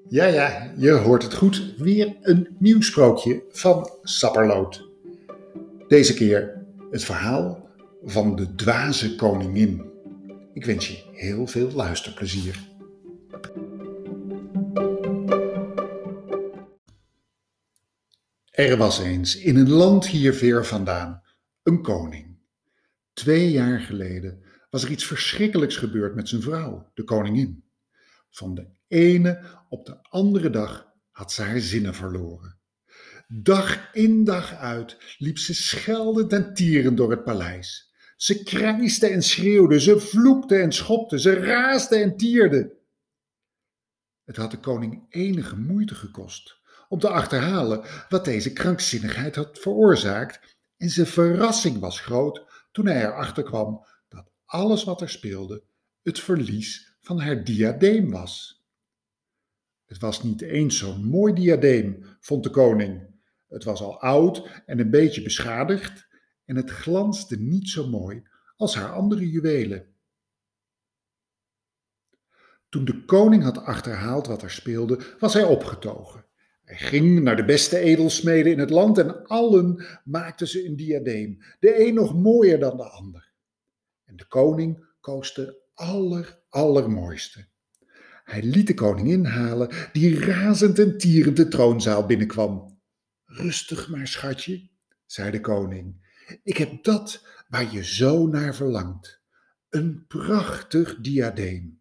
Ja, ja, je hoort het goed. Weer een nieuw sprookje van Sapperloot. Deze keer het verhaal van de dwaze koningin. Ik wens je heel veel luisterplezier. Er was eens in een land hier ver vandaan een koning. 2 jaar geleden was er iets verschrikkelijks gebeurd met zijn vrouw, de koningin. Van de ene op de andere dag had ze haar zinnen verloren. Dag in dag uit liep ze scheldend en tierend door het paleis. Ze krijste en schreeuwde, ze vloekte en schopte, ze raasde en tierde. Het had de koning enige moeite gekost om te achterhalen wat deze krankzinnigheid had veroorzaakt en zijn verrassing was groot toen hij erachter kwam dat alles wat er speelde het verlies van haar diadeem was. Het was niet eens zo'n mooi diadeem, vond de koning. Het was al oud en een beetje beschadigd en het glansde niet zo mooi als haar andere juwelen. Toen de koning had achterhaald wat er speelde, was hij opgetogen. Hij ging naar de beste edelsmeden in het land en allen maakten ze een diadeem, de een nog mooier dan de ander. En de koning koos de allermooiste. Hij liet de koningin halen, die razend en tierend de troonzaal binnenkwam. Rustig maar, schatje, zei de koning. Ik heb dat waar je zo naar verlangt. Een prachtig diadeem.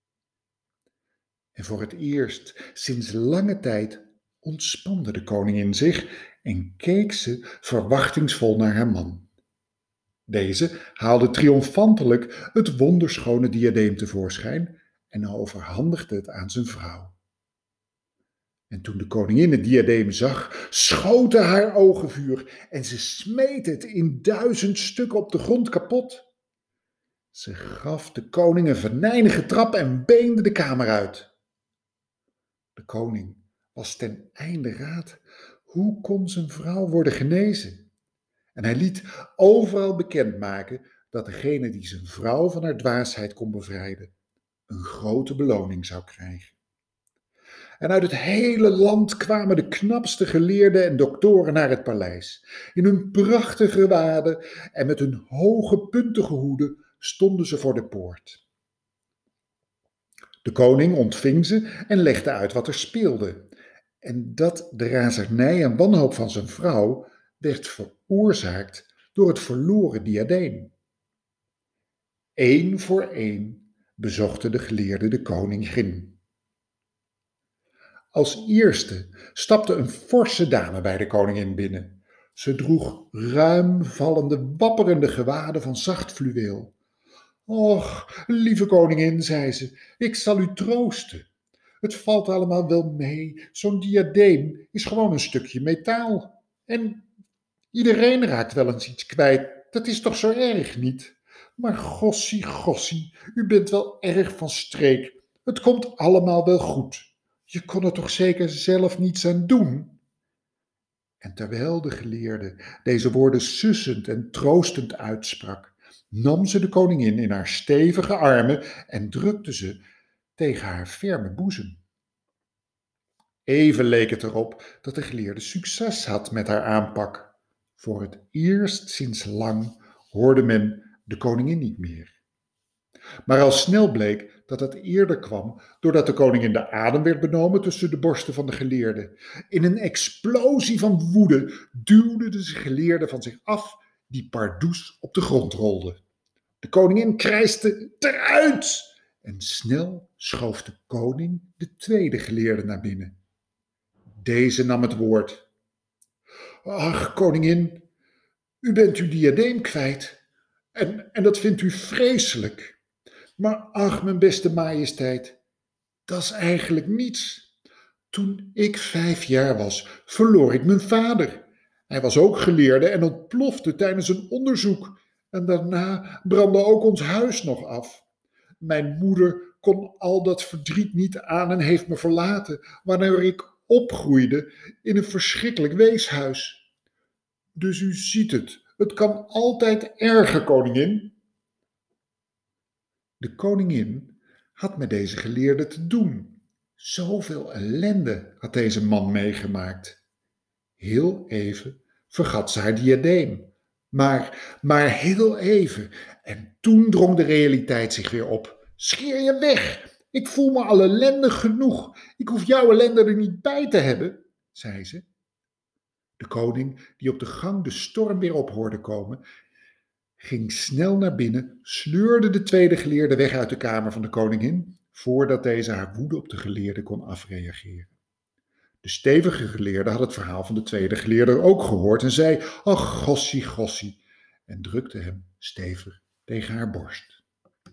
En voor het eerst sinds lange tijd ontspande de koningin zich en keek ze verwachtingsvol naar haar man. Deze haalde triomfantelijk het wonderschone diadeem tevoorschijn en overhandigde het aan zijn vrouw. En toen de koningin het diadeem zag, schoten haar ogen vuur en ze smeet het in 1000 stukken op de grond kapot. Ze gaf de koning een venijnige trap en beende de kamer uit. De koning was ten einde raad. Hoe kon zijn vrouw worden genezen? En hij liet overal bekendmaken dat degene die zijn vrouw van haar dwaasheid kon bevrijden, een grote beloning zou krijgen. En uit het hele land kwamen de knapste geleerden en doktoren naar het paleis. In hun prachtige gewaden en met hun hoge puntige hoeden stonden ze voor de poort. De koning ontving ze en legde uit wat er speelde. En dat de razernij en wanhoop van zijn vrouw werd veroorzaakt door het verloren diadeem. Eén voor één bezochten de geleerden de koningin. Als eerste stapte een forse dame bij de koningin binnen. Ze droeg ruim vallende, wapperende gewaden van zacht fluweel. Och, lieve koningin, zei ze, ik zal u troosten. Het valt allemaal wel mee, zo'n diadeem is gewoon een stukje metaal. En iedereen raakt wel eens iets kwijt, dat is toch zo erg niet? Maar gossie, gossie, u bent wel erg van streek. Het komt allemaal wel goed. Je kon er toch zeker zelf niets aan doen? En terwijl de geleerde deze woorden sussend en troostend uitsprak, nam ze de koningin in haar stevige armen en drukte ze tegen haar ferme boezem. Even leek het erop dat de geleerde succes had met haar aanpak. Voor het eerst sinds lang hoorde men de koningin niet meer. Maar al snel bleek dat het eerder kwam doordat de koningin de adem werd benomen tussen de borsten van de geleerde. In een explosie van woede duwde de geleerde van zich af die pardoes op de grond rolde. De koningin krijste eruit en snel schoof de koning de tweede geleerde naar binnen. Deze nam het woord. Ach, koningin, u bent uw diadeem kwijt en dat vindt u vreselijk. Maar ach, mijn beste majesteit, dat is eigenlijk niets. Toen ik 5 jaar was, verloor ik mijn vader. Hij was ook geleerde en ontplofte tijdens een onderzoek. En daarna brandde ook ons huis nog af. Mijn moeder kon al dat verdriet niet aan en heeft me verlaten, wanneer ik opgroeide in een verschrikkelijk weeshuis. Dus u ziet het kan altijd erger, koningin. De koningin had met deze geleerde te doen. Zoveel ellende had deze man meegemaakt. Heel even vergat ze haar diadeem. Maar heel even. En toen drong de realiteit zich weer op. Scheer je weg! Ik voel me al ellendig genoeg. Ik hoef jouw ellende er niet bij te hebben, zei ze. De koning, die op de gang de storm weer op hoorde komen, ging snel naar binnen, sleurde de tweede geleerde weg uit de kamer van de koningin, voordat deze haar woede op de geleerde kon afreageren. De stevige geleerde had het verhaal van de tweede geleerde ook gehoord en zei, ach, gossie, gossie, en drukte hem stevig tegen haar borst.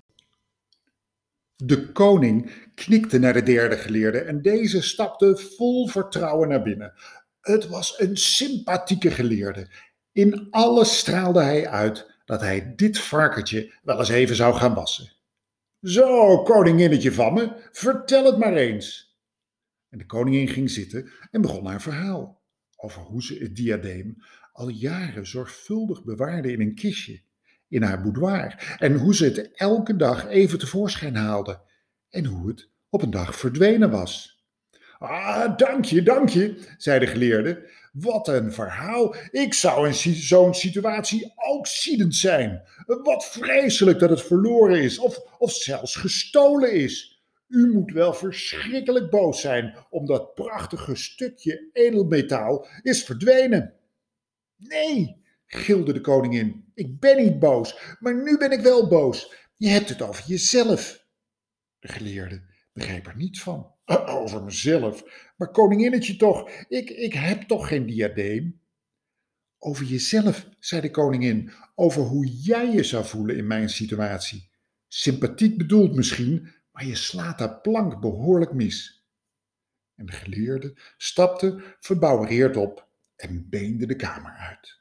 De koning knikte naar de derde geleerde en deze stapte vol vertrouwen naar binnen. Het was een sympathieke geleerde. In alles straalde hij uit dat hij dit varkentje wel eens even zou gaan wassen. Zo, koninginnetje van me, vertel het maar eens. En de koningin ging zitten en begon haar verhaal over hoe ze het diadeem al jaren zorgvuldig bewaarde in een kistje in haar boudoir en hoe ze het elke dag even tevoorschijn haalde en hoe het op een dag verdwenen was. Ah, dank je, zei de geleerde. Wat een verhaal. Ik zou in zo'n situatie ook ziedend zijn. Wat vreselijk dat het verloren is of zelfs gestolen is. U moet wel verschrikkelijk boos zijn, omdat dat prachtige stukje edelmetaal is verdwenen. Nee, gilde de koningin, ik ben niet boos, maar nu ben ik wel boos. Je hebt het over jezelf. De geleerde begreep er niets van. Over mezelf? Maar koninginnetje toch, ik heb toch geen diadeem? Over jezelf, zei de koningin, over hoe jij je zou voelen in mijn situatie. Sympathiek bedoeld misschien, maar je slaat dat plank behoorlijk mis. En de geleerde stapte verbouwereerd op en beende de kamer uit.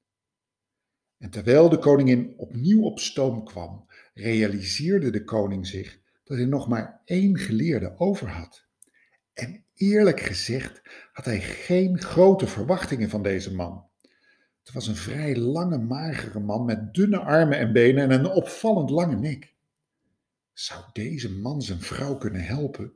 En terwijl de koningin opnieuw op stoom kwam, realiseerde de koning zich dat hij nog maar 1 geleerde over had. En eerlijk gezegd had hij geen grote verwachtingen van deze man. Het was een vrij lange, magere man met dunne armen en benen en een opvallend lange nek. Zou deze man zijn vrouw kunnen helpen?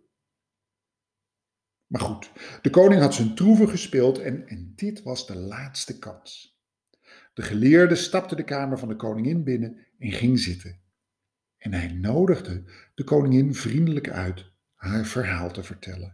Maar goed, de koning had zijn troeven gespeeld en dit was de laatste kans. De geleerde stapte de kamer van de koningin binnen en ging zitten. En hij nodigde de koningin vriendelijk uit haar verhaal te vertellen.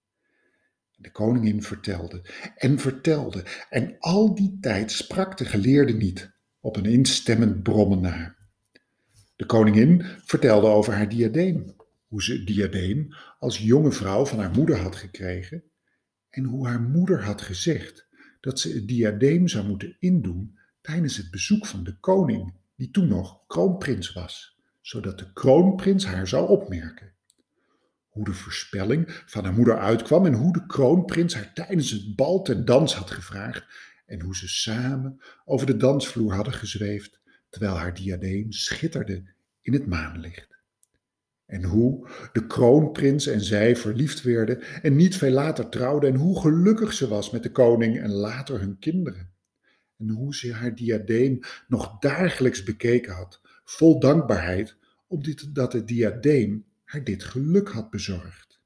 De koningin vertelde en vertelde en al die tijd sprak de geleerde niet, op een instemmend brommen na. De koningin vertelde over haar diadeem, hoe ze het diadeem als jonge vrouw van haar moeder had gekregen en hoe haar moeder had gezegd dat ze het diadeem zou moeten indoen tijdens het bezoek van de koning, die toen nog kroonprins was, zodat de kroonprins haar zou opmerken. Hoe de voorspelling van haar moeder uitkwam en hoe de kroonprins haar tijdens het bal ten dans had gevraagd en hoe ze samen over de dansvloer hadden gezweefd terwijl haar diadeem schitterde in het maanlicht. En hoe de kroonprins en zij verliefd werden en niet veel later trouwden en hoe gelukkig ze was met de koning en later hun kinderen. En hoe ze haar diadeem nog dagelijks bekeken had, vol dankbaarheid, omdat het diadeem haar dit geluk had bezorgd.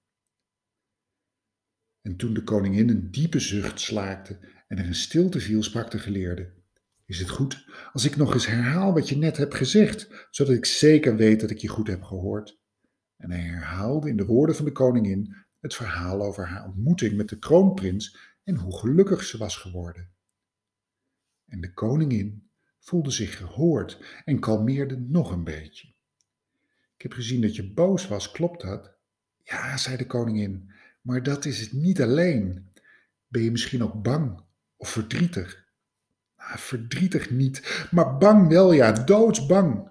En toen de koningin een diepe zucht slaakte en er een stilte viel, sprak de geleerde. Is het goed als ik nog eens herhaal wat je net hebt gezegd, zodat ik zeker weet dat ik je goed heb gehoord? En hij herhaalde in de woorden van de koningin het verhaal over haar ontmoeting met de kroonprins en hoe gelukkig ze was geworden. En de koningin voelde zich gehoord en kalmeerde nog een beetje. Ik heb gezien dat je boos was, klopt dat? Ja, zei de koningin, maar dat is het niet alleen. Ben je misschien ook bang of verdrietig? Nou, verdrietig niet, maar bang wel, ja, doodsbang.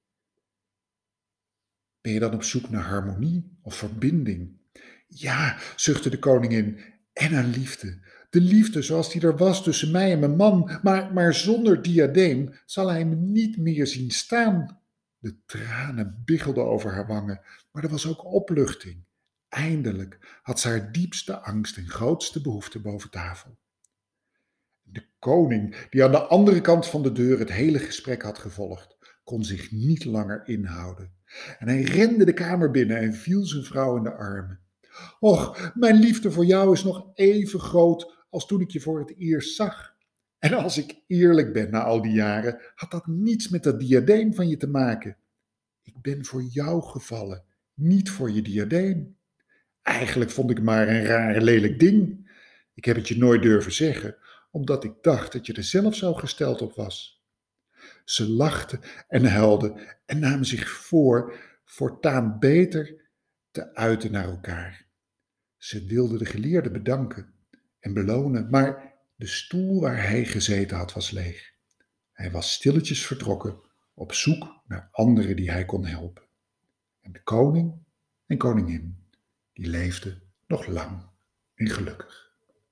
Ben je dan op zoek naar harmonie of verbinding? Ja, zuchtte de koningin, en naar liefde. De liefde zoals die er was tussen mij en mijn man, maar zonder diadeem zal hij me niet meer zien staan. De tranen biggelden over haar wangen, maar er was ook opluchting. Eindelijk had ze haar diepste angst en grootste behoefte boven tafel. De koning, die aan de andere kant van de deur het hele gesprek had gevolgd, kon zich niet langer inhouden. En hij rende de kamer binnen en viel zijn vrouw in de armen. Och, mijn liefde voor jou is nog even groot als toen ik je voor het eerst zag. En als ik eerlijk ben na al die jaren, had dat niets met dat diadeem van je te maken. Ik ben voor jou gevallen, niet voor je diadeem. Eigenlijk vond ik maar een raar lelijk ding. Ik heb het je nooit durven zeggen, omdat ik dacht dat je er zelf zo gesteld op was. Ze lachten en huilden en namen zich voor voortaan beter te uiten naar elkaar. Ze wilde de geleerde bedanken en belonen, maar de stoel waar hij gezeten had was leeg. Hij was stilletjes vertrokken op zoek naar anderen die hij kon helpen. En de koning en koningin, die leefden nog lang en gelukkig.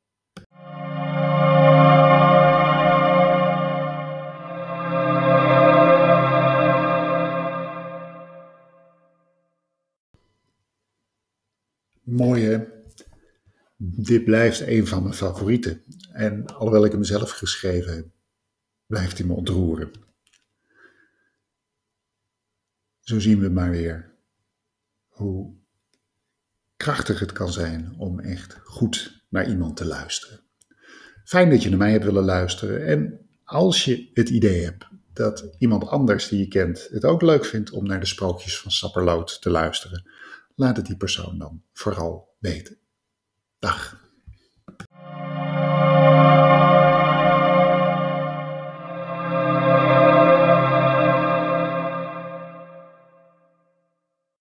Mooi hè? Dit blijft een van mijn favorieten. En alhoewel ik hem zelf geschreven heb, blijft hij me ontroeren. Zo zien we maar weer hoe krachtig het kan zijn om echt goed naar iemand te luisteren. Fijn dat je naar mij hebt willen luisteren. En als je het idee hebt dat iemand anders die je kent het ook leuk vindt om naar de sprookjes van Sapperloot te luisteren, laat het die persoon dan vooral weten. Dag.